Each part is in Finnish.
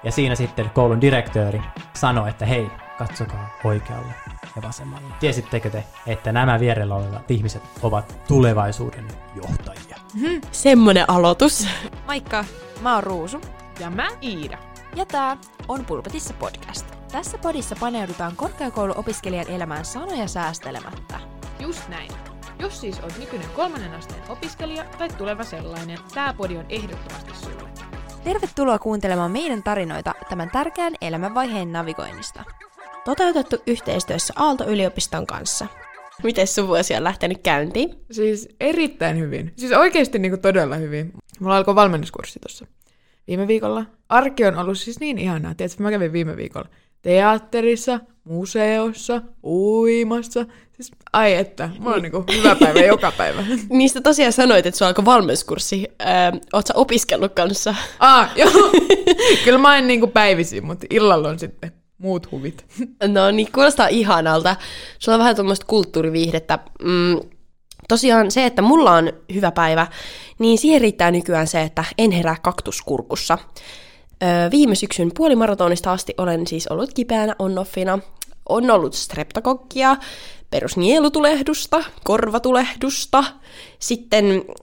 Ja siinä sitten koulun direktööri sanoi, että hei, katsokaa oikealle ja vasemmalle. Tiesittekö te, että nämä vierellä olevat ihmiset ovat tulevaisuuden johtajia? Semmonen aloitus. Moikka, mä oon Ruusu. Ja mä Iida. Ja tää on Pulpetissa podcast. Tässä podissa paneudutaan korkeakouluopiskelijan elämään sanoja säästelemättä. Just näin. Jos siis oot nykyinen 3. asteen opiskelija tai tuleva sellainen, tää podi on ehdottomasti sulle. Tervetuloa kuuntelemaan meidän tarinoita tämän tärkeän elämänvaiheen navigoinnista. Toteutettu yhteistyössä Aalto-yliopiston kanssa. Miten sun vuosi on lähtenyt käyntiin? Siis erittäin hyvin. Siis oikeesti niinku todella hyvin. Mulla alkoi valmennuskurssi tossa viime viikolla. Arki on ollut siis niin ihanaa. Tiedätkö, mä kävin viime viikolla teatterissa, museossa, uimassa. Siis ai että, mulla on niinku hyvä päivä joka päivä. Niistä tosiaan sanoit, että sulla alkoi valmennuskurssi. Oot sä opiskellut kanssa? Joo. Kyllä mä en niinku päivisin, mutta illalla on sitten muut huvit. No niin, kuulostaa ihanalta. Sulla on vähän tuommoista kulttuuriviihdettä. Tosiaan se, että mulla on hyvä päivä, niin siihen riittää nykyään se, että en herää kaktuskurkussa. Viime syksyn puolimaratonista asti olen siis ollut kipeänä on-offina. On ollut streptokokkia, perusnielutulehdusta, korvatulehdusta. Sitten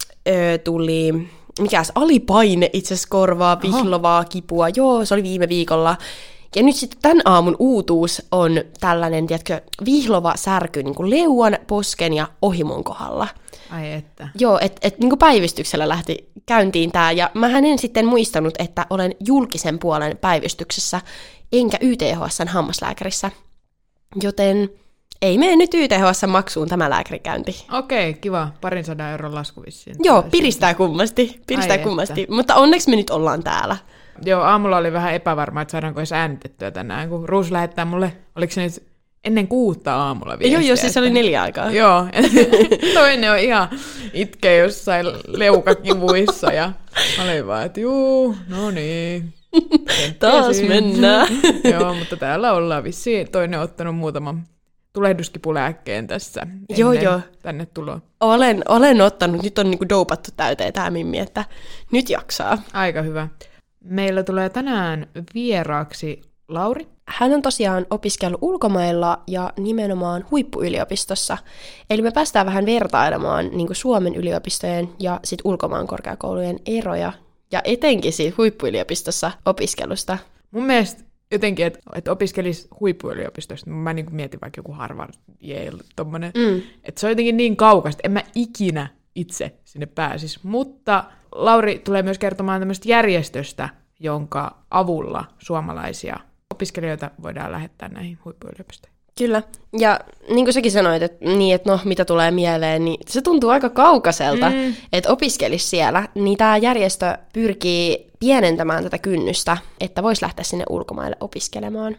tuli alipaine itse asiassa korvaa, vihlovaa, kipua. Joo, se oli viime viikolla. Ja nyt sitten tämän aamun uutuus on tällainen, tiedätkö, vihlova särky niin kuin leuan, posken ja ohimon kohdalla. Ai että. Joo, että niin kuin päivystyksellä lähti käyntiin tämä. Ja mähän en sitten muistanut, että olen julkisen puolen päivystyksessä, enkä YTHS:n hammaslääkärissä. Joten ei mene nyt YTHS:n maksuun tämä lääkärikäynti. Okei, kiva. 200 euron lasku vissiin. Joo, piristää kummasti. Mutta onneksi me nyt ollaan täällä. Joo, aamulla oli vähän epävarma, että saadaanko edes äänitettyä tänään, kun Ruus lähettää mulle, oliko se nyt ennen 6 aamulla viestiä? Joo, siis se oli 4 aikaa. Joo, toinen on ihan itkee jossain leukakivuissa ja mä olin vaan, että juu, no niin. Taas mennään. Joo, mutta täällä ollaan vissiin. Toinen on ottanut muutaman tulehduskipulääkkeen tässä ennen tänne tuloa. Olen ottanut, nyt on niinku doupattu täyteen tämä mimmi, että nyt jaksaa. Aika hyvä. Meillä tulee tänään vieraaksi Lauri. Hän on tosiaan opiskellut ulkomailla ja nimenomaan huippuyliopistossa. Eli me päästään vähän vertailemaan niin kuin Suomen yliopistojen ja sit ulkomaan korkeakoulujen eroja. Ja etenkin siitä huippuyliopistossa opiskelusta. Mun mielestä jotenkin, että opiskelisi huippuyliopistosta, mä niin kuin mietin vaikka joku Harvard, Yale, tommonen. Että se on jotenkin niin kaukasta, en mä ikinä itse sinne pääsisi. Mutta Lauri tulee myös kertomaan tämmöistä järjestöstä, jonka avulla suomalaisia opiskelijoita voidaan lähettää näihin huippuyliopistoihin. Kyllä, ja niin kuin säkin sanoit, että no mitä tulee mieleen, niin se tuntuu aika kaukaiselta, että opiskelisi siellä. Niin tämä järjestö pyrkii pienentämään tätä kynnystä, että voisi lähteä sinne ulkomaille opiskelemaan.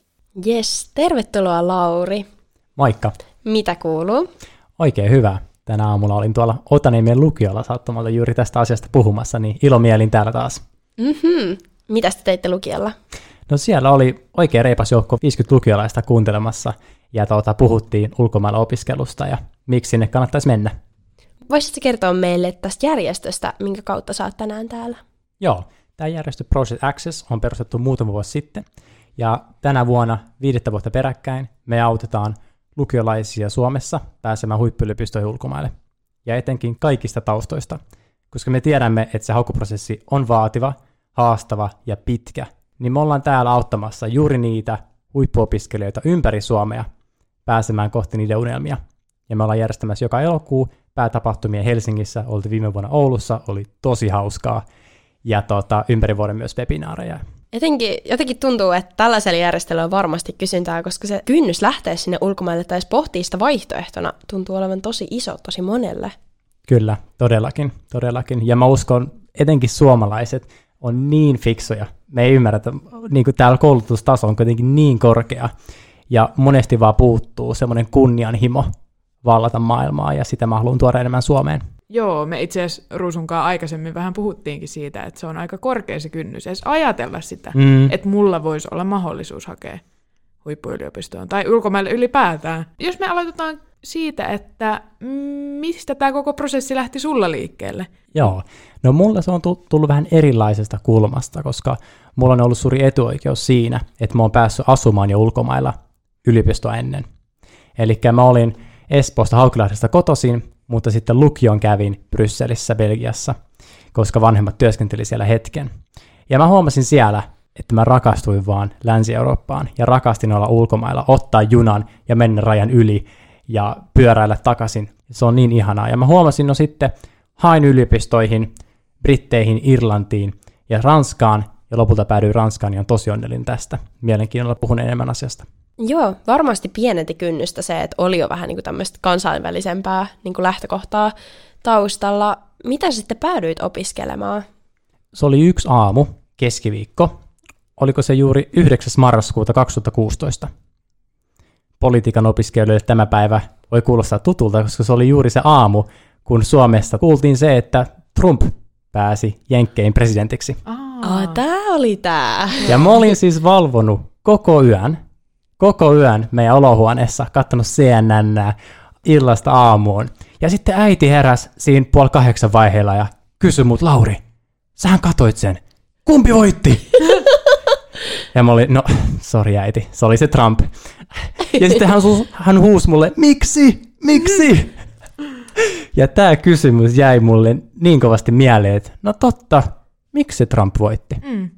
Jes, tervetuloa Lauri. Moikka. Mitä kuuluu? Oikein hyvä. Tänä aamulla olin tuolla Otaniemen lukiolla sattumalta juuri tästä asiasta puhumassa, niin ilomielin täällä taas. Mitäs te teitte lukiolla? No siellä oli oikein reipas joukko 50 lukiolaista kuuntelemassa ja puhuttiin ulkomailla opiskelusta ja miksi sinne kannattaisi mennä. Voisitko kertoa meille tästä järjestöstä, minkä kautta sä oot tänään täällä? Joo, tämä järjestö Project Access on perustettu muutama vuosi sitten ja tänä vuonna 5. vuotta peräkkäin me autetaan lukiolaisia Suomessa pääsemään huippuyliopistoihin ulkomaille ja etenkin kaikista taustoista, koska me tiedämme, että se hakuprosessi on vaativa, haastava ja pitkä, niin me ollaan täällä auttamassa juuri niitä huippuopiskelijoita ympäri Suomea pääsemään kohti niiden unelmia. Ja me ollaan järjestämässä joka elokuu päätapahtumia Helsingissä, oltiin viime vuonna Oulussa, oli tosi hauskaa, ja ympäri vuoden myös webinaareja. Jotenkin tuntuu, että tällaisella järjestöllä on varmasti kysyntää, koska se kynnys lähteä sinne ulkomaille tai edes pohtia sitä vaihtoehtona tuntuu olevan tosi iso, tosi monelle. Kyllä, todellakin. Ja mä uskon, etenkin suomalaiset on niin fiksuja. Me ei ymmärrä, että niin kuin täällä koulutustaso on kuitenkin niin korkea, ja monesti vaan puuttuu semmoinen kunnianhimo vallata maailmaa, ja sitä mä haluan tuoda enemmän Suomeen. Joo, me itse asiassa Ruusunkaan aikaisemmin vähän puhuttiinkin siitä, että se on aika korkea se kynnys, edes ajatella sitä, että mulla voisi olla mahdollisuus hakea huippuyliopistoon tai ulkomaille ylipäätään. Jos me aloitetaan siitä, että mistä tämä koko prosessi lähti sulla liikkeelle? Joo, no mulla se on tullut vähän erilaisesta kulmasta, koska mulla on ollut suuri etuoikeus siinä, että mä oon päässyt asumaan jo ulkomailla yliopistoa ennen. Eli mä olin Espoosta Haukilahdesta kotoisin, mutta sitten lukion kävin Brysselissä, Belgiassa, koska vanhemmat työskenteli siellä hetken. Ja mä huomasin siellä, että mä rakastuin vaan Länsi-Eurooppaan ja rakastin olla ulkomailla, ottaa junan ja mennä rajan yli ja pyöräillä takaisin. Se on niin ihanaa. Ja mä huomasin, no sitten hain yliopistoihin, Britteihin, Irlantiin ja Ranskaan, ja lopulta päädyin Ranskaan ja on tosi onnellinen tästä. Mielenkiinnolla puhun enemmän asiasta. Joo, varmasti pienenti kynnystä se, että oli jo vähän niin kuin tämmöistä kansainvälisempää niin kuin lähtökohtaa taustalla. Mitä sitten päädyit opiskelemaan? Se oli yksi aamu, keskiviikko. Oliko se juuri 9. marraskuuta 2016? Politiikan opiskelijoille tämä päivä voi kuulostaa tutulta, koska se oli juuri se aamu, kun Suomesta kuultiin se, että Trump pääsi Jenkkeihin presidentiksi. Tää oli tää. Ja mä olin siis valvonut koko yön meidän olohuoneessa, katsonut CNN illasta aamuun. Ja sitten äiti heräsi siinä 7:30 vaiheilla ja kysyi mut, Lauri, sähän katoit sen. Kumpi voitti? Ja mä olin, no, sori äiti, se oli se Trump. Ja sitten hän huusi mulle, miksi? Ja tämä kysymys jäi mulle niin kovasti mieleen, että no totta, miksi Trump voitti?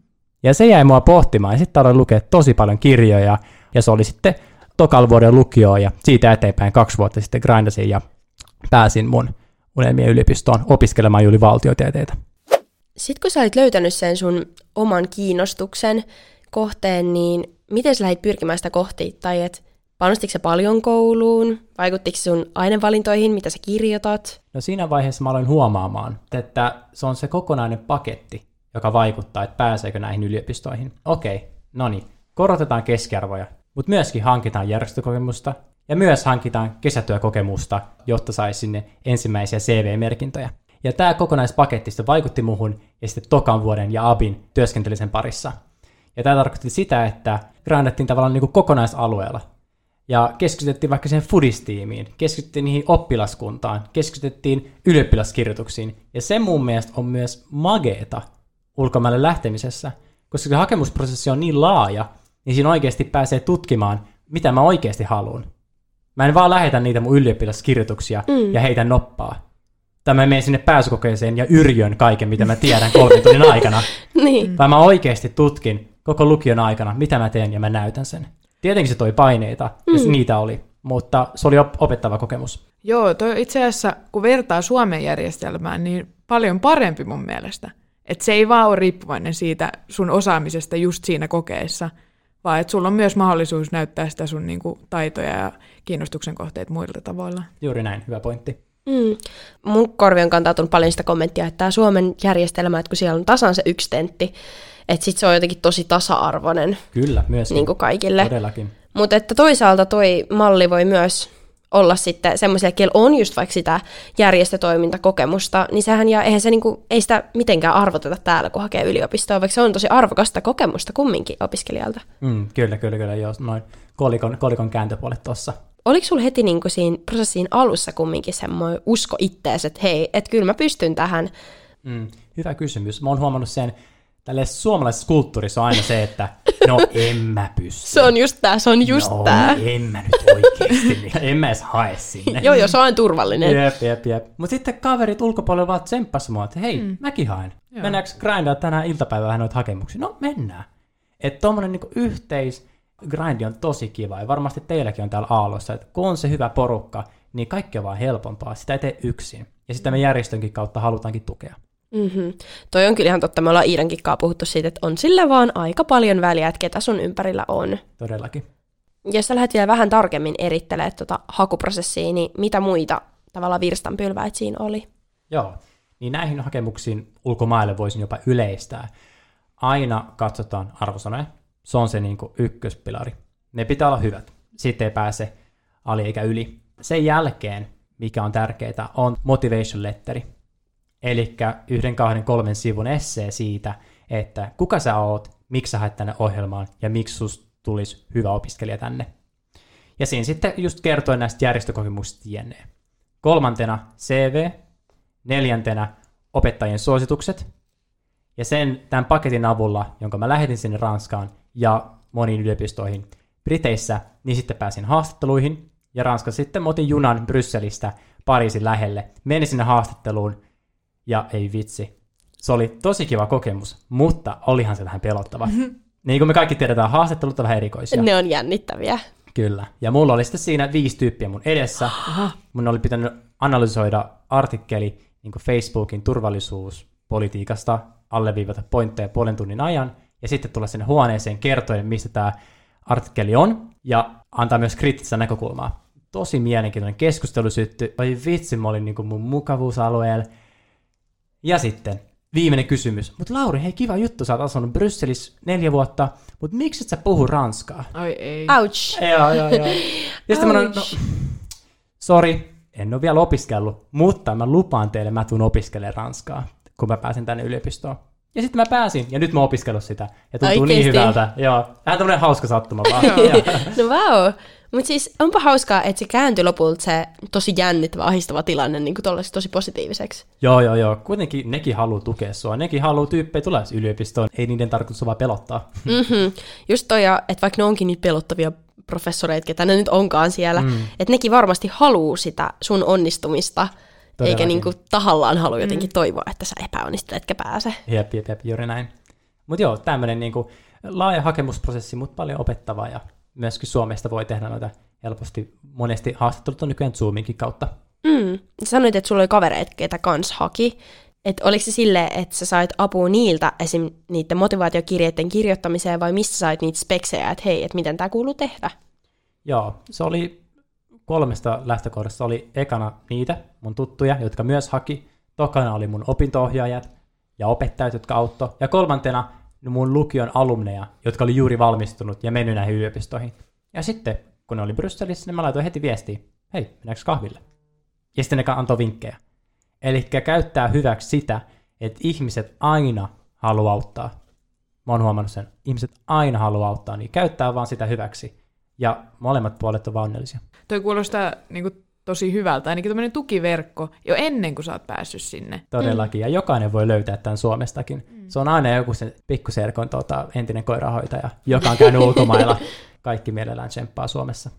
Ja se jäi mua pohtimaan, ja sitten aloin lukea tosi paljon kirjoja, ja se oli sitten tokal vuoden lukioon, ja siitä eteenpäin 2 vuotta sitten grindasin, ja pääsin mun unelmien yliopistoon opiskelemaan juuri valtiotieteitä. Sitten kun sä olit löytänyt sen sun oman kiinnostuksen kohteen, niin miten sä lähdit pyrkimään sitä kohti? Tai et panostitko sä paljon kouluun? Vaikuttiko sun ainevalintoihin, mitä sä kirjoitat? No siinä vaiheessa mä aloin huomaamaan, että se on se kokonainen paketti, joka vaikuttaa, että pääseekö näihin yliopistoihin. Okei, no niin, korotetaan keskiarvoja, mutta myöskin hankitaan järjestökokemusta ja myös hankitaan kesätyökokemusta, jotta saisi sinne ensimmäisiä CV-merkintöjä. Ja tämä kokonaispaketti vaikutti muhun ja sitten tokan vuoden ja abin työskentelisen parissa. Ja tämä tarkoitti sitä, että grindattiin tavallaan niin kuin kokonaisalueella. Ja keskityttiin vaikka siihen foodistiimiin, keskityttiin niihin oppilaskuntaan, keskityttiin ylioppilaskirjoituksiin. Ja se mun mielestä on myös mageeta ulkomaille lähtemisessä, koska se hakemusprosessi on niin laaja, niin siinä oikeasti pääsee tutkimaan, mitä mä oikeasti haluan. Mä en vaan lähetä niitä mun ylioppilaskirjoituksia ja heitä noppaa. Tai mä menen sinne pääsykokeeseen ja yrjön kaiken, mitä mä tiedän 3 tunnin aikana. Niin. Vai mä oikeasti tutkin koko lukion aikana, mitä mä teen ja mä näytän sen. Tietenkin se toi paineita, jos niitä oli, mutta se oli opettava kokemus. Joo, toi itse asiassa, kun vertaa Suomen järjestelmään, niin paljon parempi mun mielestä. Että se ei vaan ole riippuvainen siitä sun osaamisesta just siinä kokeessa, vaan että sulla on myös mahdollisuus näyttää sitä sun niinku taitoja ja kiinnostuksen kohteet muilla tavoilla. Juuri näin, hyvä pointti. Mun korvi on kantautunut paljon sitä kommenttia, että tämä Suomen järjestelmä, että kun siellä on tasan se 1 tentti, että sit se on jotenkin tosi tasa-arvoinen. Kyllä, myöskin. Niin kuin kaikille. Todellakin. Mutta että toisaalta toi malli voi myös olla sitten semmoisia, keillä on just vaikka sitä järjestötoimintakokemusta, niin sehän, ja eihän se niinku, ei sitä mitenkään arvoteta täällä, kun hakee yliopistoa, vaikka se on tosi arvokasta kokemusta kumminkin opiskelijalta. Kyllä, joo, noin kolikon kääntöpuolet tuossa. Oliko sulla heti niinku siinä prosessin alussa kumminkin semmoinen usko ittees, että hei, että kyllä mä pystyn tähän? Hyvä kysymys. Mä oon huomannut sen, tälle suomalaisessa kulttuurissa on aina se, että no en mä pysty. Se on just tää. No en mä nyt oikeesti, en mä edes hae sinne. Joo, se on turvallinen. Jep. Mutta sitten kaverit ulkopuolella vaan tsemppas mua, että hei, mäkin haen. Mennäänkö grindaa tänään iltapäivään noita hakemuksia? No mennään. Että tommonen niinku yhteisgrindi on tosi kiva ja varmasti teilläkin on täällä Aallossa, että kun on se hyvä porukka, niin kaikki on vaan helpompaa. Sitä ei tee yksin. Ja sitä me järjestönkin kautta halutaankin tukea. Toi on kyllä ihan totta. Me ollaan Iidankin kanssa puhuttu siitä, että on sillä vaan aika paljon väliä, että ketä sun ympärillä on. Todellakin. Jos sä lähdet vielä vähän tarkemmin erittelemään hakuprosessia, niin mitä muita tavallaan virstanpylväitä siinä oli? Joo, niin näihin hakemuksiin ulkomaille voisin jopa yleistää. Aina katsotaan arvosanoja. Se on se niinku ykköspilari. Ne pitää olla hyvät. Siitä ei pääse ali eikä yli. Sen jälkeen, mikä on tärkeää, on motivation letteri. Eli 1, 2, 3 sivun essee siitä, että kuka sä oot, miksi sä haet tänne ohjelmaan ja miksi susta tulisi hyvä opiskelija tänne. Ja siinä sitten just kertoin näistä järjestökokemuksista jne. 3. CV, 4. opettajien suositukset, ja tämän paketin avulla, jonka mä lähetin sinne Ranskaan ja moniin yliopistoihin Briteissä, niin sitten pääsin haastatteluihin, ja Ranskassa sitten otin junan Brysselistä Pariisin lähelle, menin sinne haastatteluun, ja ei vitsi, se oli tosi kiva kokemus, mutta olihan se vähän pelottava. Niin kuin me kaikki tiedetään, haastattelut on vähän erikoisia. Ne on jännittäviä. Kyllä, ja mulla oli sitten siinä 5 tyyppiä mun edessä. Mun oli pitänyt analysoida artikkeli niin kuin Facebookin turvallisuuspolitiikasta, alleviivata pointteja 0,5 tunnin ajan, ja sitten tulla sinne huoneeseen kertoen, mistä tämä artikkeli on, ja antaa myös kriittistä näkökulmaa. Tosi mielenkiintoinen keskustelusytty. Oi vitsi, mä olin niin kuin mun mukavuusalueella. Ja sitten viimeinen kysymys. Mutta Lauri, hei kiva juttu, sä oot asunut Brysselissä 4 vuotta, mutta miksi et sä puhu ranskaa? Oi ei. Ouch. Joo. Ja sitten mä sori, en ole vielä opiskellut, mutta mä lupaan teille, mä tuun opiskelemaan ranskaa, kun mä pääsen tänne yliopistoon. Ja sitten mä pääsin, ja nyt mä oon opiskellut sitä, ja tuntuu niin hyvältä. Joo, vähän tämmönen hauska sattuma vaan. No vau. Mutta siis onpa hauskaa, että se kääntyi lopulta se tosi jännittävä, ahistava tilanne niin tosi positiiviseksi. Joo. Kuitenkin nekin haluaa tukea sua. Nekin haluaa tyyppejä tulla yliopistoon. Ei niiden tarkoitus vaan pelottaa. Just toi, että vaikka ne onkin niitä pelottavia professoreita, ketä ne nyt onkaan siellä, että nekin varmasti haluaa sitä sun onnistumista, todellakin. Eikä niinku tahallaan halua jotenkin toivoa, että sä epäonnistut, etkä pääse. Jep, juuri näin. Mutta joo, tämmöinen niinku laaja hakemusprosessi, mutta paljon opettavaa, ja myöskin Suomesta voi tehdä noita helposti. Monesti haastattelut on nykyään Zoominkin kautta. Sanoit, että sulla oli kavereita, ketä kans haki. Että oliko se silleen, että sä sait apua niiltä esim. Niiden motivaatiokirjeiden kirjoittamiseen, vai mistä sait niitä speksejä, että hei, että miten tää kuuluu tehdä? Joo, se oli 3 lähtökohdasta. Oli ekana niitä mun tuttuja, jotka myös haki. Tokana oli mun opinto-ohjaajat ja opettajat, jotka auttoi. Ja 3. mun lukion alumneja, jotka oli juuri valmistunut ja mennyt näihin yliopistoihin. Ja sitten, kun ne oli Brysselissä, niin mä laitoin heti viestiä, hei, mennäänkö kahville? Ja sitten ne antoi vinkkejä. Eli käyttää hyväksi sitä, että ihmiset aina haluaa auttaa. Mä oon huomannut sen. Ihmiset aina haluaa auttaa, niin käyttää vaan sitä hyväksi. Ja molemmat puolet on vaan onnellisia. Toi kuulostaa niin tosi hyvältä, ainakin tämmöinen tukiverkko jo ennen kuin sä oot päässyt sinne. Todellakin, ja jokainen voi löytää tämän Suomestakin. Se on aina joku sen pikkuserkon entinen koirahoitaja, joka on käynyt ulkomailla. Kaikki mielellään tsemppaa Suomessa.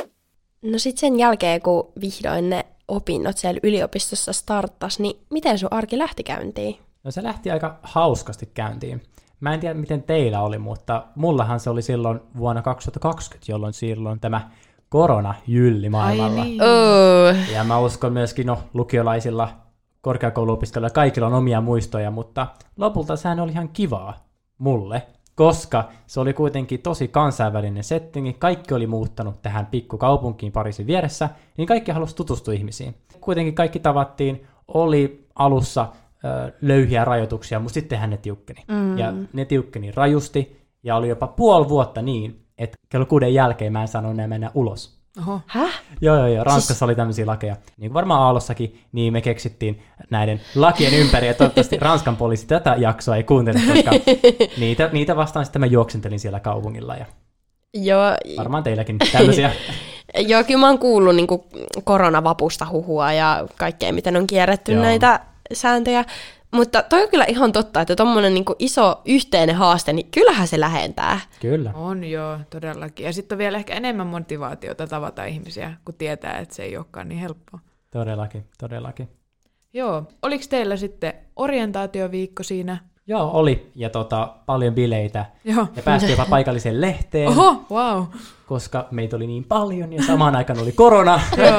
No sit sen jälkeen, kun vihdoin ne opinnot siellä yliopistossa starttasi, niin miten sun arki lähti käyntiin? No se lähti aika hauskasti käyntiin. Mä en tiedä, miten teillä oli, mutta mullahan se oli silloin vuonna 2020, jolloin silloin tämä korona jylli maailmalla. Niin. Ja mä uskon myöskin, lukiolaisilla, korkeakouluopiskelijoilla, kaikilla on omia muistoja, mutta lopulta sehän oli ihan kivaa mulle, koska se oli kuitenkin tosi kansainvälinen settingi, kaikki oli muuttanut tähän pikkukaupunkiin Pariisin vieressä, niin kaikki halusi tutustua ihmisiin. Kuitenkin kaikki tavattiin, oli alussa löyhiä rajoituksia, mutta sittenhän ne tiukkeni. Ja ne tiukkeni rajusti, ja oli jopa puoli vuotta niin, että kello 6 jälkeen mä en saanut enää mennä ulos. Oho. Häh? Joo. Ranskassa oli tämmöisiä lakeja. Niin kuin varmaan Aallossakin, niin me keksittiin näiden lakien ympäri, ja toivottavasti Ranskan poliisi tätä jaksoa ei kuuntele, koska niitä vastaan sitten mä juoksentelin siellä kaupungilla. Ja Joo. Varmaan teilläkin tämmöisiä. Joo, kyllä mä oon kuullut niin kuin koronavapusta huhua ja kaikkea, miten on kierretty näitä sääntöjä. Mutta toi on kyllä ihan totta, että tommonen niin kuin iso yhteinen haaste, niin kyllähän se lähentää. Kyllä. On joo, todellakin. Ja sitten on vielä ehkä enemmän motivaatiota tavata ihmisiä, kun tietää, että se ei olekaan niin helppoa. Todellakin. Joo. Oliko teillä sitten orientaatioviikko siinä? Joo, oli. Ja paljon bileitä. Joo. Ja päästiin jopa paikalliseen lehteen. Oho, wow. Koska meitä oli niin paljon ja samaan aikaan oli korona.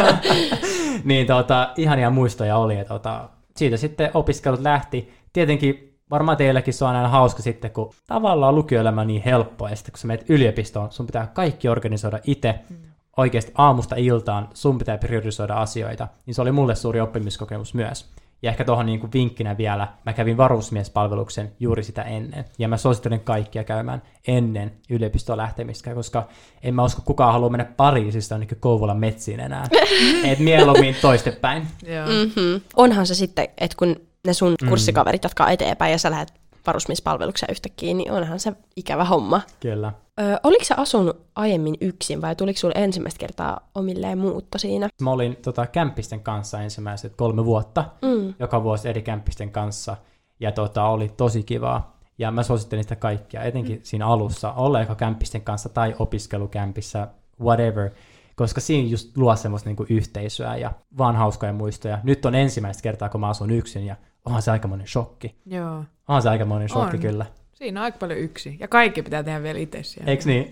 Niin ihania muistoja oli. Ja siitä sitten opiskelut lähti. Tietenkin varmaan teilläkin se on aina hauska sitten, kun tavallaan lukioelämä on niin helppoa. Ja sitten kun sä menet yliopistoon, sun pitää kaikki organisoida itse. Oikeasti aamusta iltaan sun pitää priorisoida asioita. Niin se oli mulle suuri oppimiskokemus myös. Ja ehkä tuohon niin kuin vinkkinä vielä, mä kävin varusmiespalveluksen juuri sitä ennen. Ja mä suosittelen kaikkia käymään ennen yliopistoon lähtemistä, koska en mä usko, kukaan haluaa mennä Pariisista niin Kouvolan metsiin enää. Et mieluummin toistepäin. Onhan se sitten, että kun ne sun kurssikaverit jatkaa eteenpäin ja sä lähdet varusmiespalvelukseen yhtäkkiä, niin onhan se ikävä homma. Kyllä. Oliko sä asunut aiemmin yksin vai tuliko sulle ensimmäistä kertaa omilleen muutto siinä? Mä olin kämppisten kanssa ensimmäiset 3 vuotta, joka vuosi eri kämppisten kanssa, ja oli tosi kivaa. Ja mä suosittelin sitä kaikkia, etenkin siinä alussa, olla joko kämppisten kanssa tai opiskelukämpissä, whatever, koska siinä just luo semmoista niinku yhteisöä ja vaan hauskoja muistoja. Nyt on ensimmäistä kertaa, kun mä asun yksin, ja onhan se aikamoinen shokki. Joo. Onhan se aikamoinen shokki, kyllä. Siinä on aika paljon yksin. Ja kaikki pitää tehdä vielä itse siellä. Eiks niin?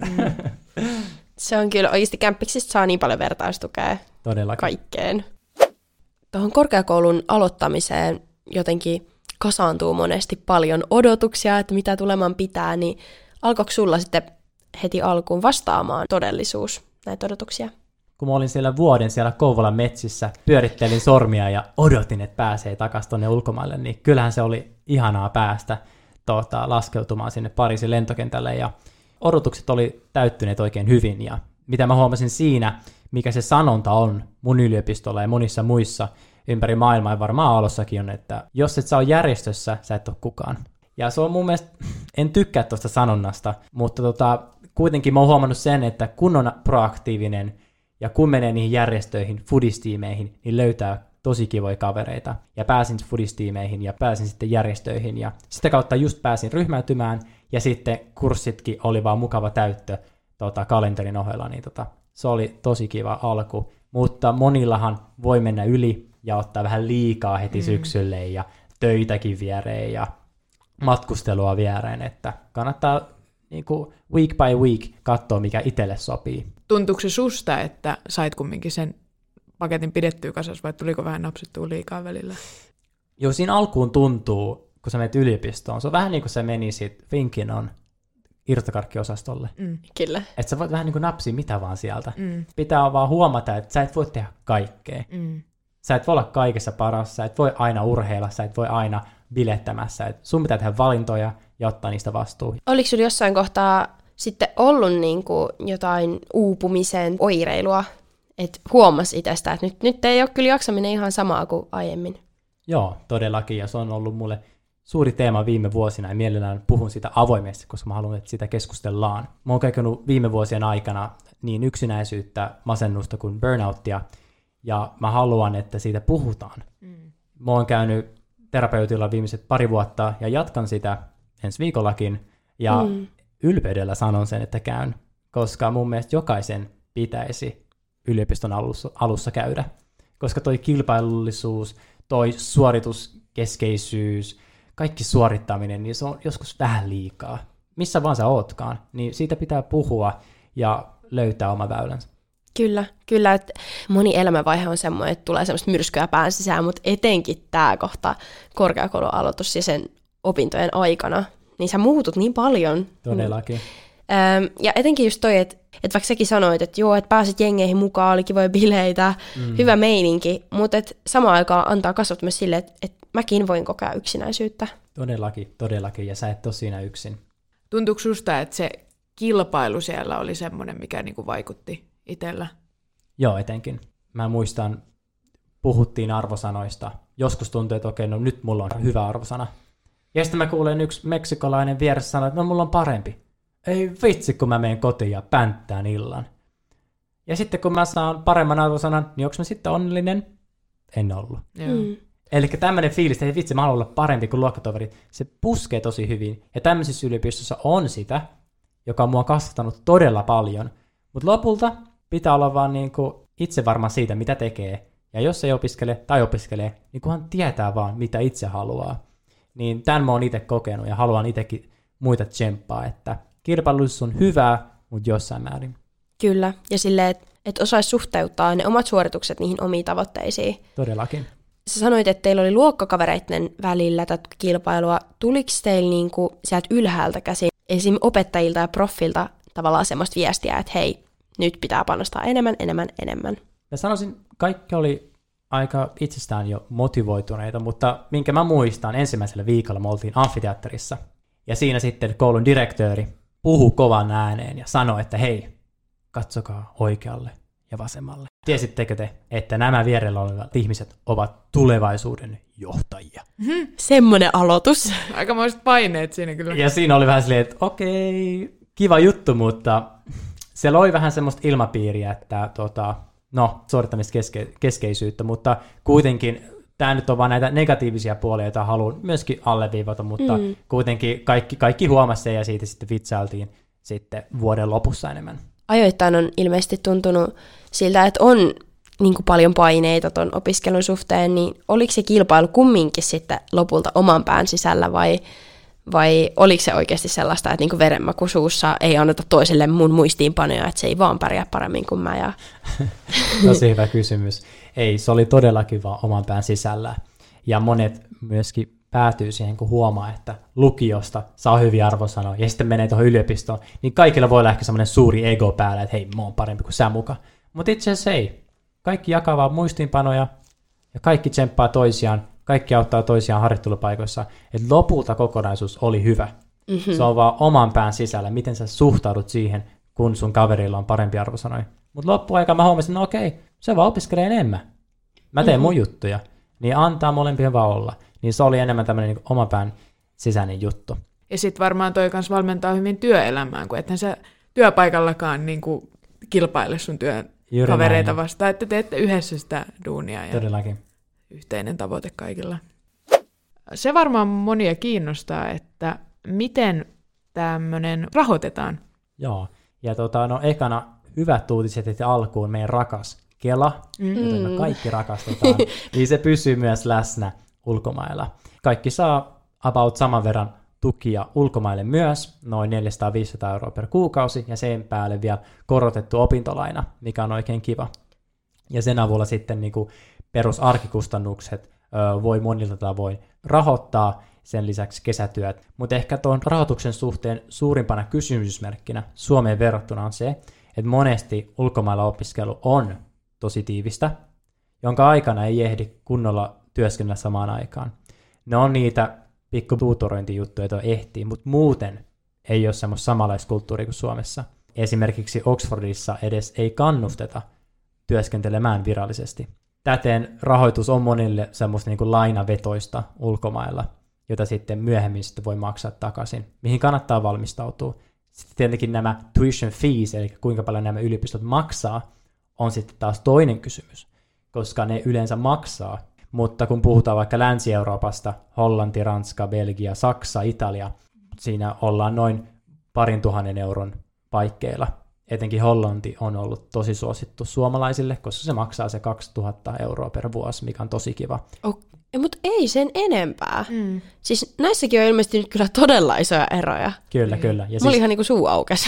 Se on kyllä, oikeasti kämppiksistä saa niin paljon vertaistukea kaikkeen. Tuohon korkeakoulun aloittamiseen jotenkin kasaantuu monesti paljon odotuksia, että mitä tuleman pitää, niin alkoiko sulla sitten heti alkuun vastaamaan todellisuus näitä odotuksia? Kun mä olin siellä vuoden siellä Kouvolan metsissä, pyörittelin sormia ja odotin, että pääsee takaisin tuonne ulkomaille, niin kyllähän se oli ihanaa päästä laskeutumaan sinne Pariisin lentokentälle, ja odotukset oli täyttyneet oikein hyvin, ja mitä mä huomasin siinä, mikä se sanonta on mun yliopistolla ja monissa muissa ympäri maailmaa, ja varmaan Aallossakin on, että jos et sä ole järjestössä, sä et ole kukaan. Ja se on mun mielestä, en tykkää tuosta sanonnasta, mutta kuitenkin mä oon huomannut sen, että kun on proaktiivinen ja kun menee niihin järjestöihin, foodistiimeihin, niin löytää tosi kivoja kavereita. Ja pääsin foodistiimeihin ja pääsin sitten järjestöihin ja sitä kautta just pääsin ryhmäytymään ja sitten kurssitkin oli vaan mukava täyttö kalenterin ohella, niin se oli tosi kiva alku. Mutta monillahan voi mennä yli ja ottaa vähän liikaa heti syksylle ja töitäkin viereen ja matkustelua viereen, että kannattaa niinku week by week katsoa, mikä itselle sopii. Tuntuuko se susta, että sait kumminkin sen paketin pidettyä kasassa, vai tuliko vähän napsittua liikaa välillä? Joo, siinä alkuun tuntuu, kun sä menet yliopistoon, se on vähän niin kuin sä menisit Finkinon irtokarkkiosastolle. Kyllä. Että sä voit vähän niin kuin napsia mitä vaan sieltä. Pitää vaan huomata, että sä et voi tehdä kaikkea. Sä et voi olla kaikessa paras, sä et voi aina urheilla, sä et voi aina bilettämässä. Et sun pitää tehdä valintoja ja ottaa niistä vastuu. Oliko sulla jossain kohtaa sitten ollut niinku jotain uupumisen oireilua, että huomasi itsestä, että nyt ei ole kyllä jaksaminen ihan samaa kuin aiemmin? Joo, todellakin, ja se on ollut mulle suuri teema viime vuosina, ja mielellään puhun sitä avoimesti, koska mä haluan, että sitä keskustellaan. Mä oon kokenut viime vuosien aikana niin yksinäisyyttä, masennusta kuin burnouttia, ja mä haluan, että siitä puhutaan. Mä oon käynyt terapeutilla viimeiset 2 vuotta, ja jatkan sitä ensi viikollakin, ja ylpeydellä sanon sen, että käyn, koska mun mielestä jokaisen pitäisi yliopiston alussa käydä, koska toi kilpailullisuus, toi suorituskeskeisyys, kaikki suorittaminen, niin se on joskus vähän liikaa. Missä vaan sä ootkaan, niin siitä pitää puhua ja löytää oma väylänsä. Kyllä, että moni elämänvaihe on semmoinen, että tulee semmoista myrskyä pään sisään, mutta etenkin tämä kohta korkeakoulualoitus ja sen opintojen aikana, niin sä muutut niin paljon. Todellakin. Ja etenkin just toi, että vaikka säkin sanoit, että joo, että pääsit jengeihin mukaan, oli kivoja bileitä, hyvä meininki, mutta samaan aikaan antaa kasvot myös sille, että mäkin voin kokea yksinäisyyttä. Todellakin, ja sä et ole siinä yksin. Tuntuuko susta, että se kilpailu siellä oli semmoinen, mikä niinku vaikutti itsellä? Joo, etenkin. Mä muistan, puhuttiin arvosanoista. Joskus tuntui, että okei, no nyt mulla on hyvä arvosana. Ja sitten mä kuulen yksi meksikolainen vieressä sanoa, että no mulla on parempi. Ei vitsi, kun mä menen kotiin ja pänttään illan. Ja sitten kun mä saan paremman arvosanan, niin onko mä sitten onnellinen? En ollut. Eli tämmöinen fiilis, että ei vitsi, mä haluan olla parempi kuin luokkatoveri, se puskee tosi hyvin. Ja tämmöisissä yliopistossa on sitä, joka on mua kasvattanut todella paljon. Mutta lopulta pitää olla vaan niinku itse varma siitä, mitä tekee. Ja jos ei opiskele tai opiskelee, niin kunhan tietää vaan, mitä itse haluaa. Niin tämän mä oon itse kokenut ja haluan itsekin muita tsemppaa, että kilpailullisuus on hyvää, mutta jossain määrin. Kyllä, ja silleen, että osaisi suhteuttaa ne omat suoritukset niihin omiin tavoitteisiin. Todellakin. Sä sanoit, että teillä oli luokkakavereiden välillä tätä kilpailua. Tuliko teillä niinku sieltä ylhäältä käsin, esim. Opettajilta ja proffilta tavallaan semmoista viestiä, että hei, nyt pitää panostaa enemmän? Mä sanoisin, kaikki oli aika itsestään jo motivoituneita, mutta minkä mä muistan, ensimmäisellä viikolla me oltiin amfiteatterissa. Ja siinä sitten koulun direktööri puhui kovan ääneen ja sanoi, että hei, katsokaa oikealle ja vasemmalle. Tiesittekö te, että nämä vierellä olevat ihmiset ovat tulevaisuuden johtajia? Semmoinen aloitus. Aikamoiset paineet siinä kyllä. Ja siinä oli vähän silleen, että okei, kiva juttu, mutta se loi vähän semmoista ilmapiiriä, että suorittamista-keskeisyyttä, mutta kuitenkin tämä nyt on vaan näitä negatiivisia puolia, joita haluan myöskin alleviivata, mutta kuitenkin kaikki huomasi sen ja siitä sitten vitsailtiin sitten vuoden lopussa enemmän. Ajoittain on ilmeisesti tuntunut siltä, että on niin kuin paljon paineita ton opiskelun suhteen, niin oliko se kilpailu kumminkin sitten lopulta oman pään sisällä vai oliko se oikeasti sellaista, että niin kuin verenmakuisuussa ei anneta toiselle mun muistiinpanoja, että se ei vaan pärjää paremmin kuin mä? Ja... Tosi hyvä kysymys. Ei, se oli todellakin vaan oman pään sisällä. Ja monet myöskin päätyy siihen, kun huomaa, että lukiosta saa hyviä arvosanoja ja sitten menee tuohon yliopistoon, niin kaikilla voi olla ehkä semmoinen suuri ego päällä, että hei, mä oon parempi kuin sä muka. Mutta itse asiassa ei. Kaikki jakaa vaan muistiinpanoja ja kaikki tsemppaa toisiaan, kaikki auttaa toisiaan harjoittelupaikoissa, että lopulta kokonaisuus oli hyvä. Mm-hmm. Se on vaan oman pään sisällä, miten sä suhtaudut siihen, kun sun kaverilla on parempi arvosanoja. Mutta loppuaikaan mä huomasin, että okei, se vaan opiskelee enemmän. Mä teen mun juttuja, niin antaa molempien vaan olla. Niin se oli enemmän tämmöinen niin oman pään sisäinen juttu. Ja sitten varmaan toi kans valmentaa hyvin työelämään, kun ethän sä työpaikallakaan niin kuin kilpaile sun työn kavereita vastaan, että teette yhdessä sitä duunia ja todellakin. Yhteinen tavoite kaikilla. Se varmaan monia kiinnostaa, että miten tämmöinen rahoitetaan. Joo, ja ekana hyvät uutiset, että alkuun meidän rakas Kela, jota me kaikki rakastetaan, niin se pysyy myös läsnä ulkomailla. Kaikki saa about saman verran tukia ulkomaille myös, noin 400-500 € per kuukausi, ja sen päälle vielä korotettu opintolaina, mikä on oikein kiva. Ja sen avulla sitten niin kuin perusarkikustannukset voi monilta tavoin rahoittaa, sen lisäksi kesätyöt. Mutta ehkä tuon rahoituksen suhteen suurimpana kysymysmerkkinä Suomeen verrattuna on se, että monesti ulkomailla opiskelu on tosi tiivistä, jonka aikana ei ehdi kunnolla työskennellä samaan aikaan. Ne on niitä pikku tuutorointijuttuja, joita ehtii, mutta muuten ei ole semmoista samanlaista kulttuuria kuin Suomessa. Esimerkiksi Oxfordissa edes ei kannusteta työskentelemään virallisesti. Täten rahoitus on monille semmoista niin kuin lainavetoista ulkomailla, jota sitten myöhemmin sitten voi maksaa takaisin, mihin kannattaa valmistautua. Sitten tietenkin nämä tuition fees, eli kuinka paljon nämä yliopistot maksaa, on sitten taas toinen kysymys, koska ne yleensä maksaa. Mutta kun puhutaan vaikka Länsi-Euroopasta, Hollanti, Ranska, Belgia, Saksa, Italia, siinä ollaan noin 2 000 euron paikkeilla. Etenkin Hollanti on ollut tosi suosittu suomalaisille, koska se maksaa se 2 000 € per vuosi, mikä on tosi kiva. Mutta ei sen enempää. Siis näissäkin on ilmeisesti nyt kyllä todella isoja eroja. Kyllä. Ja mulla oli ihan niin kuin suu aukesi.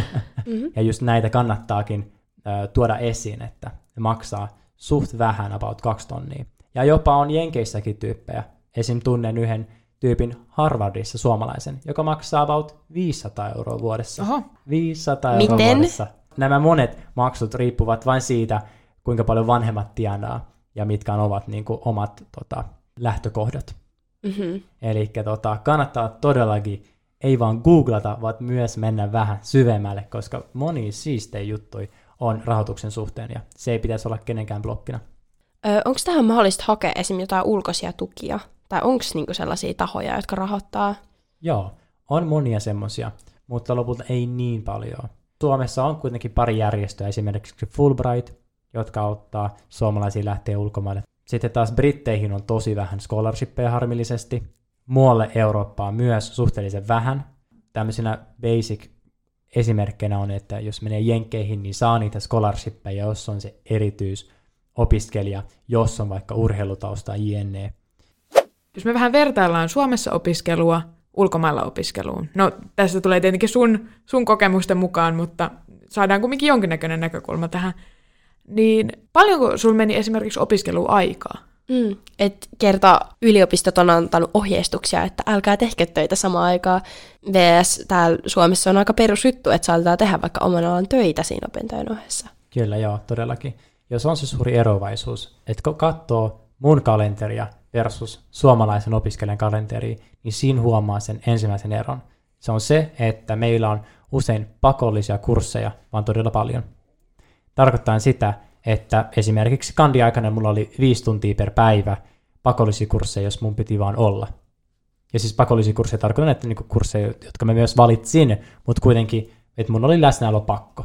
Ja just näitä kannattaakin tuoda esiin, että ne maksaa suht vähän, about 2 tonnia. Ja jopa on Jenkeissäkin tyyppejä. Esim. Tunnen yhden tyypin Harvardissa, suomalaisen, joka maksaa about 500 € vuodessa. Oho. 500 € vuodessa. Nämä monet maksut riippuvat vain siitä, kuinka paljon vanhemmat tienaa ja mitkä ovat niin kuin omat lähtökohdat. Mm-hmm. Eli kannattaa todellakin ei vaan googlata, vaan myös mennä vähän syvemmälle, koska moni siistejä juttuja on rahoituksen suhteen ja se ei pitäisi olla kenenkään blokkina. Onko tähän mahdollista hakea esimerkiksi jotain ulkoisia tukia? Tai onko niinku sellaisia tahoja, jotka rahoittaa? Joo, on monia semmoisia, mutta lopulta ei niin paljon. Suomessa on kuitenkin pari järjestöä, esimerkiksi Fulbright, jotka auttaa suomalaisia lähteä ulkomaille. Sitten taas britteihin on tosi vähän scholarshippeja harmillisesti. Muualle Eurooppaan myös suhteellisen vähän. Tämmöisenä basic esimerkkinä on, että jos menee Jenkkeihin, niin saa niitä scholarshippeja, jos on se erityisopiskelija, jos on vaikka urheilutausta jne. Jos me vähän vertaillaan Suomessa opiskelua ulkomailla opiskeluun. No tässä tulee tietenkin sun kokemusten mukaan, mutta saadaan kumminkin jonkinnäköinen näkökulma tähän. Niin paljonko sulla meni esimerkiksi opiskeluaikaa? Et kerta yliopistot on antanut ohjeistuksia, että älkää tehkö töitä samaan aikaan. VS täällä Suomessa on aika perusjuttu, että saatetaan tehdä vaikka oman alan töitä siinä opintojen ohessa. Kyllä joo, todellakin. Jos on se suuri eroavaisuus, että kun katsoo mun kalenteria versus suomalaisen opiskelijan kalenteria, niin siinä huomaa sen ensimmäisen eron. Se on se, että meillä on usein pakollisia kursseja, vaan todella paljon. Tarkoittaa sitä, että esimerkiksi kandi-aikana mulla oli 5 tuntia per päivä pakollisia kursseja, jos mun piti vaan olla. Ja siis pakollisia kursseja tarkoitan, että niinku kursseja, jotka mä myös valitsin, mutta kuitenkin, että mun oli läsnäolo pakko.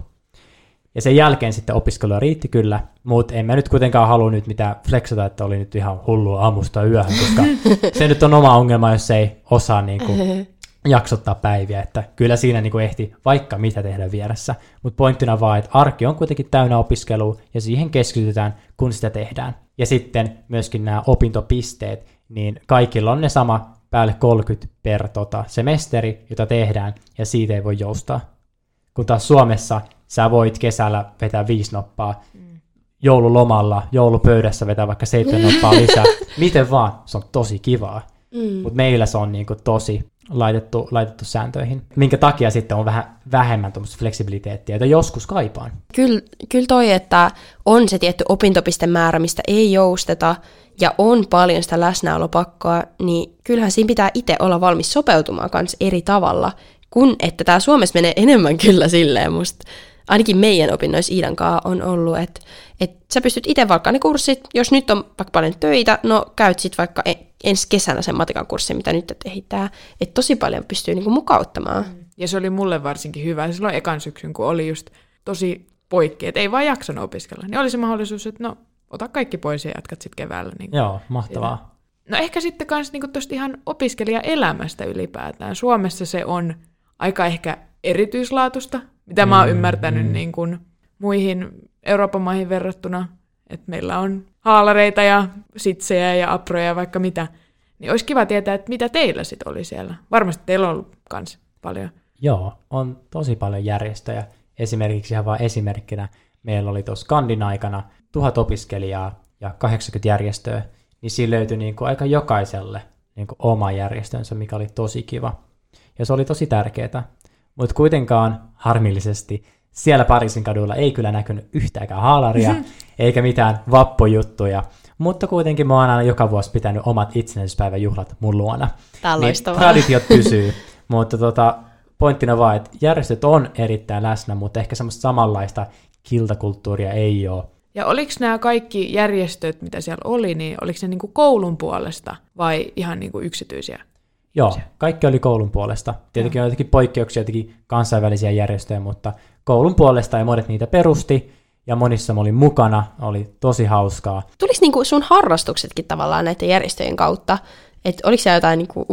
Ja sen jälkeen sitten opiskelua riitti kyllä, mutta en mä nyt kuitenkaan halua nyt mitään flexata, että oli nyt ihan hullua aamusta yöhön, koska se nyt on oma ongelma, jos ei osaa niinku jaksottaa päiviä, että kyllä siinä niinku ehti vaikka mitä tehdä vieressä. Mutta pointtina vaan, että arki on kuitenkin täynnä opiskelua ja siihen keskitytään, kun sitä tehdään. Ja sitten myöskin nämä opintopisteet, niin kaikilla on ne sama päälle 30 per semesteri, jota tehdään, ja siitä ei voi joustaa. Kun taas Suomessa sä voit kesällä vetää 5 noppaa, joululomalla, joulupöydässä vetää vaikka 7 noppaa lisää. Miten vaan, se on tosi kivaa. Mutta meillä se on niinku tosi laitettu sääntöihin. Minkä takia sitten on vähän vähemmän tuommoista fleksibiliteettiä, jota joskus kaipaan. Kyllä toi, että on se tietty opintopistemäärä, mistä ei jousteta, ja on paljon sitä läsnäolopakkoa, niin kyllähän siinä pitää itse olla valmis sopeutumaan kanssa eri tavalla, kun että tää Suomessa menee enemmän kyllä silleen musta. Ainakin meidän opinnoissa Iidan kanssa on ollut, että sä pystyt itse vaikka ne kurssit, jos nyt on vaikka paljon töitä, no käyt sit vaikka ensi kesänä sen matikan kurssin, mitä nyt ehditään, että tosi paljon pystyy niinku mukauttamaan. Ja se oli mulle varsinkin hyvä silloin ekan syksyn, kun oli just tosi poikki, että ei vaan jaksanut opiskella. Niin oli se mahdollisuus, että no, ota kaikki pois ja jatkat sitten keväällä. Niin joo, mahtavaa. No ehkä sitten kans niin tuosta ihan opiskelijaelämästä ylipäätään. Suomessa se on aika ehkä erityislaatusta, mitä mä oon ymmärtänyt niin kuin muihin Euroopan maihin verrattuna, että meillä on haalareita ja sitsejä ja aproja ja vaikka mitä. Niin olisi kiva tietää, että mitä teillä sitten oli siellä. Varmasti teillä on ollut kans paljon. Joo, on tosi paljon järjestöjä. Esimerkiksi ihan vain esimerkkinä meillä oli tuossa Skandin aikana 1000 opiskelijaa ja 80 järjestöä, niin siinä löytyi niin kuin aika jokaiselle niin kuin oma järjestönsä, mikä oli tosi kiva. Ja se oli tosi tärkeää. Mutta kuitenkaan harmillisesti siellä Pariisin kaduilla ei kyllä näkynyt yhtäänkään haalaria, eikä mitään vappujuttuja. Mutta kuitenkin mä oon aina joka vuosi pitänyt omat itsenäisyyspäivän juhlat mun luona. Tää on loistavaa. Traditiot pysyy. Mutta pointtina vaan, että järjestöt on erittäin läsnä, mutta ehkä semmoista samanlaista kiltakulttuuria ei ole. Ja oliko nämä kaikki järjestöt, mitä siellä oli, niin oliko ne niinku koulun puolesta vai ihan niinku yksityisiä? Joo, kaikki oli koulun puolesta. Tietenkin on jotenkin poikkeuksia, jotenkin kansainvälisiä järjestöjä, mutta koulun puolesta ja monet niitä perusti, ja monissa mä olin mukana, oli tosi hauskaa. Tuliko niinku sun harrastuksetkin tavallaan näiden järjestöjen kautta? Että oliko siellä jotain niinku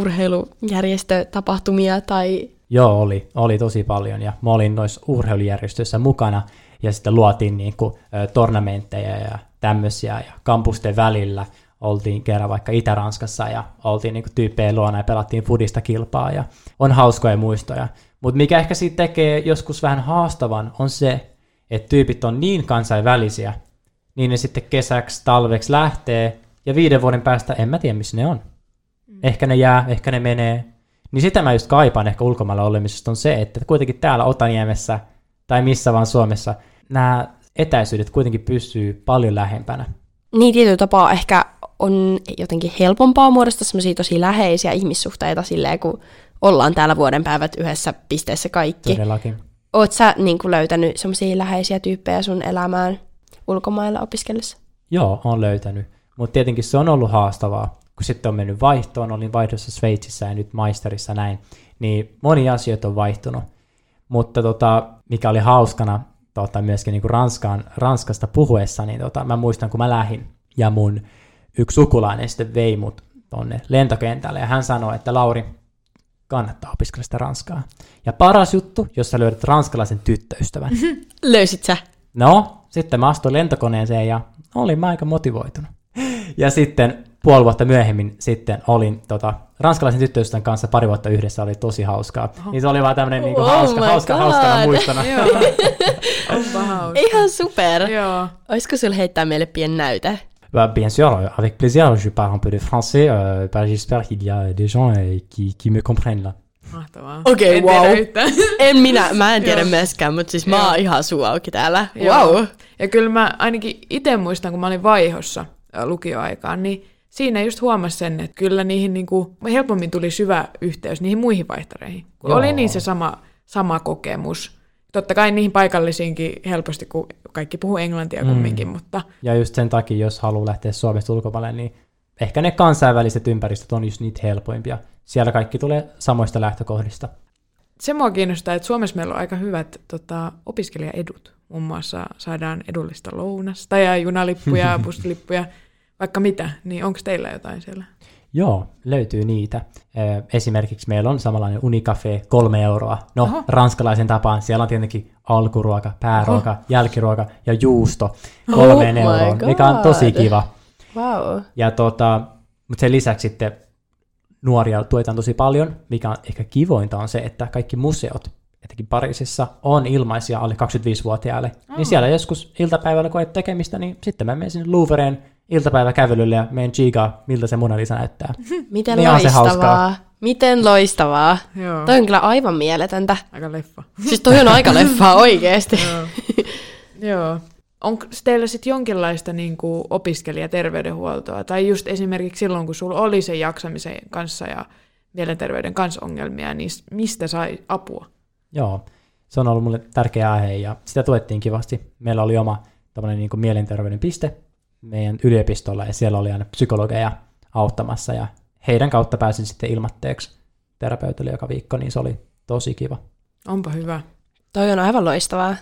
urheilujärjestötapahtumia tai... Joo, oli tosi paljon, ja mä olin noissa urheilujärjestöissä mukana, ja sitten luotiin niinku tornamentteja ja tämmöisiä, ja kampusten välillä oltiin kerran vaikka Itä-Ranskassa, ja oltiin niinku tyyppejä luona, ja pelattiin fudista kilpaa, ja on hauskoja muistoja. Mutta mikä ehkä siitä tekee joskus vähän haastavan, on se, että tyypit on niin kansainvälisiä, niin ne sitten kesäksi, talveksi lähtee, ja 5 vuoden päästä en mä tiedä, missä ne on. Ehkä ne jää, ehkä ne menee. Niin sitä mä just kaipaan ehkä ulkomailla olemisesta on se, että kuitenkin täällä Otaniemessä tai missä vaan Suomessa nämä etäisyydet kuitenkin pysyy paljon lähempänä. Niin tietyllä tapaa ehkä on jotenkin helpompaa muodostaa semmoisia tosi läheisiä ihmissuhteita silleen, kun ollaan täällä vuoden päivät yhdessä pisteessä kaikki. Todellakin. Oot sä niin kuin löytänyt semmoisia läheisiä tyyppejä sun elämään ulkomailla opiskellessa? Joo, on löytänyt. Mutta tietenkin se on ollut haastavaa, kun sitten on mennyt vaihtoon, olin vaihdossa Sveitsissä ja nyt maisterissa näin, niin moni asioita on vaihtunut. Mutta mikä oli hauskana myöskin niin kuin Ranskasta puhuessa, niin mä muistan, kun mä lähdin ja mun yksi sukulainen sitten vei mut tonne lentokentälle ja hän sanoi, että Lauri, kannattaa opiskella sitä ranskaa. Ja paras juttu, jos sä löydät ranskalaisen tyttöystävän. Löysit sä? No, sitten mä astuin lentokoneeseen ja olin mä aika motivoitunut. Ja sitten 5 vuotta myöhemmin sitten olin ranskalaisen tyttöystävän kanssa 2 vuotta yhdessä, oli tosi hauskaa. Niin se oli vaan tämmönen niinku hauskana muistona. Onpa hauska. Ihan super. Joo. Olisiko sulla heittää meille pieni näyte? Bien sûr, avec plaisir, je parle un peu de français, j'espère qu'il y a des gens qui me comprennent là. Mahtavaa. Okei, En wow. tiedä yhtään. Mä en tiedä myöskään, mutta siis mä oon ihan suu auki täällä. Joo. Wow. Ja kyllä mä ainakin itse muistan, kun mä olin vaihossa lukioaikaan, niin siinä just huomasi sen, että kyllä niihin niinku helpommin tuli syvä yhteys niihin muihin vaihtareihin. Kun Joo. oli niin se sama kokemus. Totta kai niihin paikallisiinkin helposti, kun kaikki puhuu englantia kumminkin, mutta... Ja just sen takia, jos haluaa lähteä Suomesta ulkomaille, niin ehkä ne kansainväliset ympäristöt on just niitä helpoimpia. siellä kaikki tulee samoista lähtökohdista. Se mua kiinnostaa, että Suomessa meillä on aika hyvät opiskelijaedut. Muun muassa saadaan edullista lounasta ja junalippuja, bussilippuja, vaikka mitä. Niin onko teillä jotain siellä? Joo, löytyy niitä. Esimerkiksi meillä on samanlainen Unicafe 3 euroa. No, ranskalaisen tapaan. Siellä on tietenkin alkuruoka, pääruoka, jälkiruoka ja juusto 3 euroon, mikä on tosi kiva. Wow. Ja mutta sen lisäksi sitten nuoria tuetaan tosi paljon, mikä on ehkä kivointa on se, että kaikki museot, etenkin Pariisissa, on ilmaisia alle 25-vuotiaille. Niin siellä joskus iltapäivällä, kun ei tekemistä, niin sitten mä menen sinne Louvreen iltapäiväkävelylle ja menen chigaa, miltä se Mona Lisa näyttää. Miten niin loistavaa. Miten loistavaa. Joo. Toi on kyllä aivan mieletöntä. Aika leffa. Siis toi on aika leffaa oikeesti. Joo. Onko teillä sitten jonkinlaista niinku opiskelijaterveydenhuoltoa? Tai just esimerkiksi silloin, kun sulla oli sen jaksamisen kanssa ja mielenterveyden kanssa ongelmia, niin mistä sai apua? Joo, se on ollut mulle tärkeä aihe ja sitä tuettiin kivasti. Meillä oli oma niinku mielenterveyden piste meidän yliopistolla ja siellä oli aina psykologeja auttamassa ja heidän kautta pääsin sitten ilmatteeksi terapeutille joka viikko, niin se oli tosi kiva. Onpa hyvä. Toi on aivan loistavaa.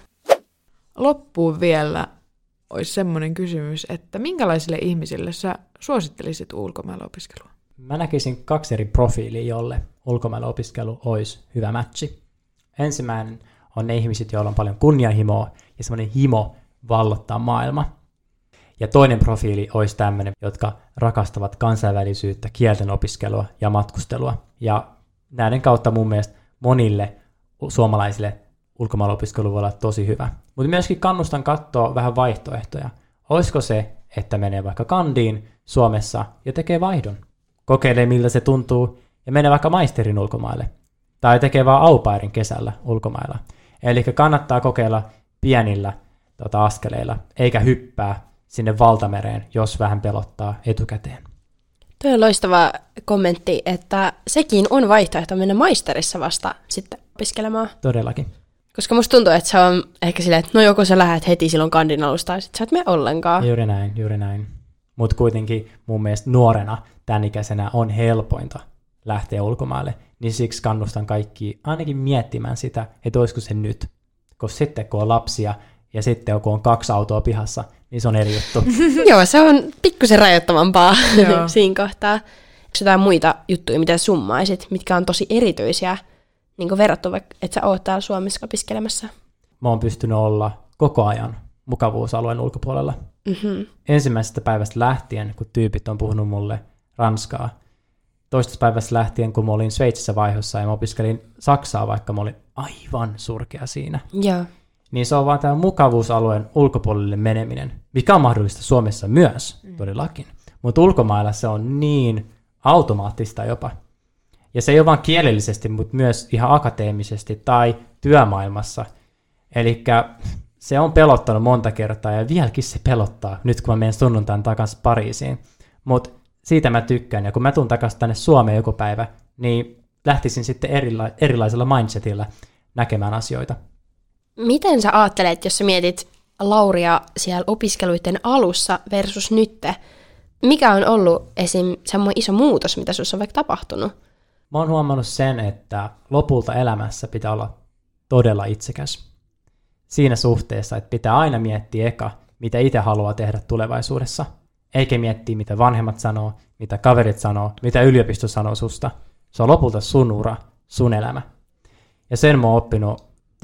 Loppuun vielä olisi semmoinen kysymys, että minkälaisille ihmisille sä suosittelisit ulkomailla opiskelua? Mä näkisin 2 eri profiilia, jolle ulkomailla opiskelu olisi hyvä matchi. Ensimmäinen on ne ihmiset, joilla on paljon kunnianhimoa ja semmoinen himo vallottaa maailma. Ja toinen profiili olisi tämmöinen, jotka rakastavat kansainvälisyyttä, kielten opiskelua ja matkustelua. Ja näiden kautta mun mielestä monille suomalaisille ulkomailla opiskelu voi olla tosi hyvä. Mutta myöskin kannustan katsoa vähän vaihtoehtoja. Olisiko se, että menee vaikka kandiin Suomessa ja tekee vaihdon? Kokeilee, miltä se tuntuu ja menee vaikka maisterin ulkomaille. Tai tekee vaan au pairin kesällä ulkomailla. Eli kannattaa kokeilla pienillä askeleilla, eikä hyppää sinne valtamereen, jos vähän pelottaa etukäteen. Toi on loistava kommentti, että sekin on vaihtoehto mennä maisterissa vasta sitten opiskelemaan. Todellakin. Koska musta tuntuu, että se on ehkä silleen, että no joko sä lähdet heti silloin kandin alusta, tai sit sä et mene ollenkaan. Juuri näin. Mutta kuitenkin mun mielestä nuorena, tämän ikäisenä on helpointa lähteä ulkomaille, niin siksi kannustan kaikki ainakin miettimään sitä, että olisiko se nyt. Koska sitten kun on lapsia ja sitten kun on 2 autoa pihassa, niin se on eri juttu. Joo, se on pikkusen rajoittavampaa siinä kohtaa. Onko jotain muita juttuja, mitä summaisit, mitkä on tosi erityisiä, niin verrattuna vaikka, että sä oot täällä Suomessa opiskelemassa? Mä oon pystynyt olla koko ajan mukavuusalueen ulkopuolella. Mm-hmm. Ensimmäisestä päivästä lähtien, kun tyypit on puhunut mulle ranskaa, toisesta päivästä lähtien, kun mä olin Sveitsissä vaihossa ja mä opiskelin saksaa, vaikka mä olin aivan surkea siinä. Joo. Niin se on vaan tämä mukavuusalueen ulkopuolelle meneminen, mikä on mahdollista Suomessa myös, todellakin. Mutta ulkomailla se on niin automaattista jopa. Ja se ei ole vain kielellisesti, mutta myös ihan akateemisesti tai työmaailmassa. Eli se on pelottanut monta kertaa ja vieläkin se pelottaa, nyt kun mä menen sunnuntain takaisin Pariisiin. Mutta siitä mä tykkään, ja kun mä tuun takaisin tänne Suomeen joku päivä, niin lähtisin sitten erilaisella mindsetillä näkemään asioita. Miten sä ajattelet, jos sä mietit Lauria siellä opiskeluiden alussa versus nytte? Mikä on ollut esim. Semmoinen iso muutos, mitä sussa on vaikka tapahtunut? Mä oon huomannut sen, että lopulta elämässä pitää olla todella itsekäs. Siinä suhteessa, että pitää aina miettiä eka, mitä itse haluaa tehdä tulevaisuudessa. Eikä miettiä, mitä vanhemmat sanoo, mitä kaverit sanoo, mitä yliopisto sanoo susta. Se on lopulta sun ura, sun elämä. Ja sen mä oon oppinut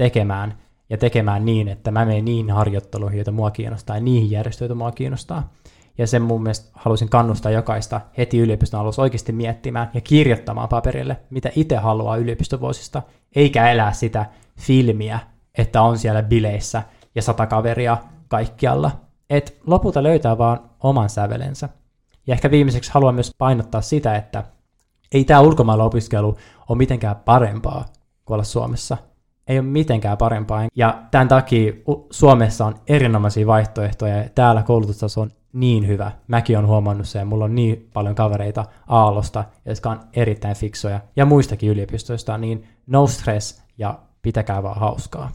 tekemään niin, että mä menen niihin harjoitteluihin, joita mua kiinnostaa, ja niihin järjestöihin, joita mua kiinnostaa. Ja sen mun mielestä halusin kannustaa jokaista heti yliopiston alussa oikeasti miettimään ja kirjoittamaan paperille, mitä itse haluaa yliopistovuosista, eikä elää sitä filmiä, että on siellä bileissä ja 100 kaveria kaikkialla. Et lopulta löytää vaan oman sävelensä. Ja ehkä viimeiseksi haluan myös painottaa sitä, että ei tämä ulkomailla opiskelu ole mitenkään parempaa kuin olla Suomessa. Ei ole mitenkään parempaa. Ja tämän takia Suomessa on erinomaisia vaihtoehtoja ja täällä koulutustaso on niin hyvä. Mäkin olen huomannut sen, mulla on niin paljon kavereita Aallosta, jotka on erittäin fiksoja ja muistakin yliopistoista, niin no stress ja pitäkää vaan hauskaa.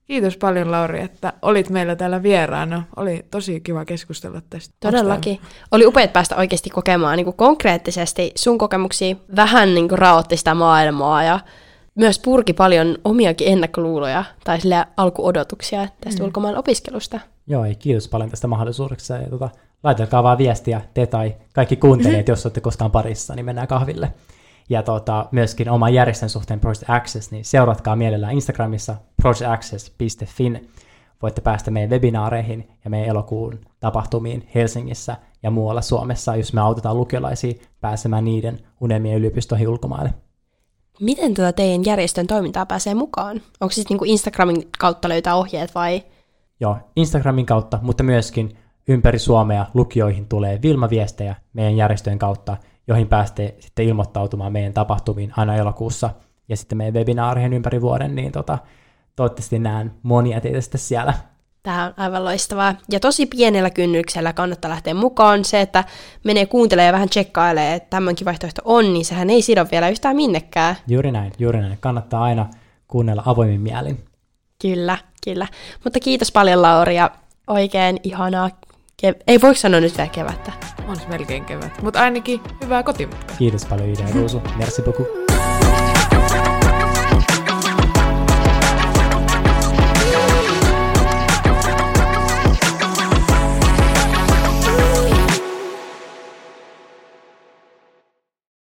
Kiitos paljon, Lauri, että olit meillä täällä vieraana. Oli tosi kiva keskustella tästä. Todellakin. Oli upeat päästä oikeasti kokemaan niin kuin konkreettisesti sun kokemuksia. Vähän niin kuin raotti sitä maailmaa ja myös purki paljon omiakin ennakkoluuloja tai alkuodotuksia tästä ulkomaan opiskelusta. Joo, kiitos paljon tästä mahdollisuudesta. Ja laitakaa vaan viestiä te tai kaikki kuuntelijat, jos olette koskaan parissa, niin mennään kahville. Ja myöskin oman järjestön suhteen Project Access, niin seuratkaa mielellään Instagramissa projectaccess.fin. Voitte päästä meidän webinaareihin ja meidän elokuun tapahtumiin Helsingissä ja muualla Suomessa, jos me autetaan lukiolaisia pääsemään niiden unelmien yliopistoihin ulkomaille. Miten teidän järjestön toimintaa pääsee mukaan? Onko siis niin kuin Instagramin kautta löytää ohjeet vai? Joo, Instagramin kautta, mutta myöskin ympäri Suomea lukioihin tulee Vilma-viestejä meidän järjestöjen kautta, joihin pääsette sitten ilmoittautumaan meidän tapahtumiin aina elokuussa ja sitten meidän webinaareihin ympäri vuoden, niin toivottavasti näen monia teitä sitten siellä. Tämä on aivan loistavaa. Ja tosi pienellä kynnyksellä kannattaa lähteä mukaan. Se, että menee kuuntelemaan ja vähän tsekkailee, että tämmöinkin vaihtoehto on, niin sehän ei sido vielä yhtään minnekään. Juuri näin. Kannattaa aina kuunnella avoimin mielin. Kyllä. Mutta kiitos paljon, Lauri, ja oikein ihanaa. Ei voi sanoa nyt vielä kevättä. On se melkein kevät, mutta ainakin hyvää kotimatkaa. Kiitos paljon, Ida ja Ruusu. Merci beaucoup.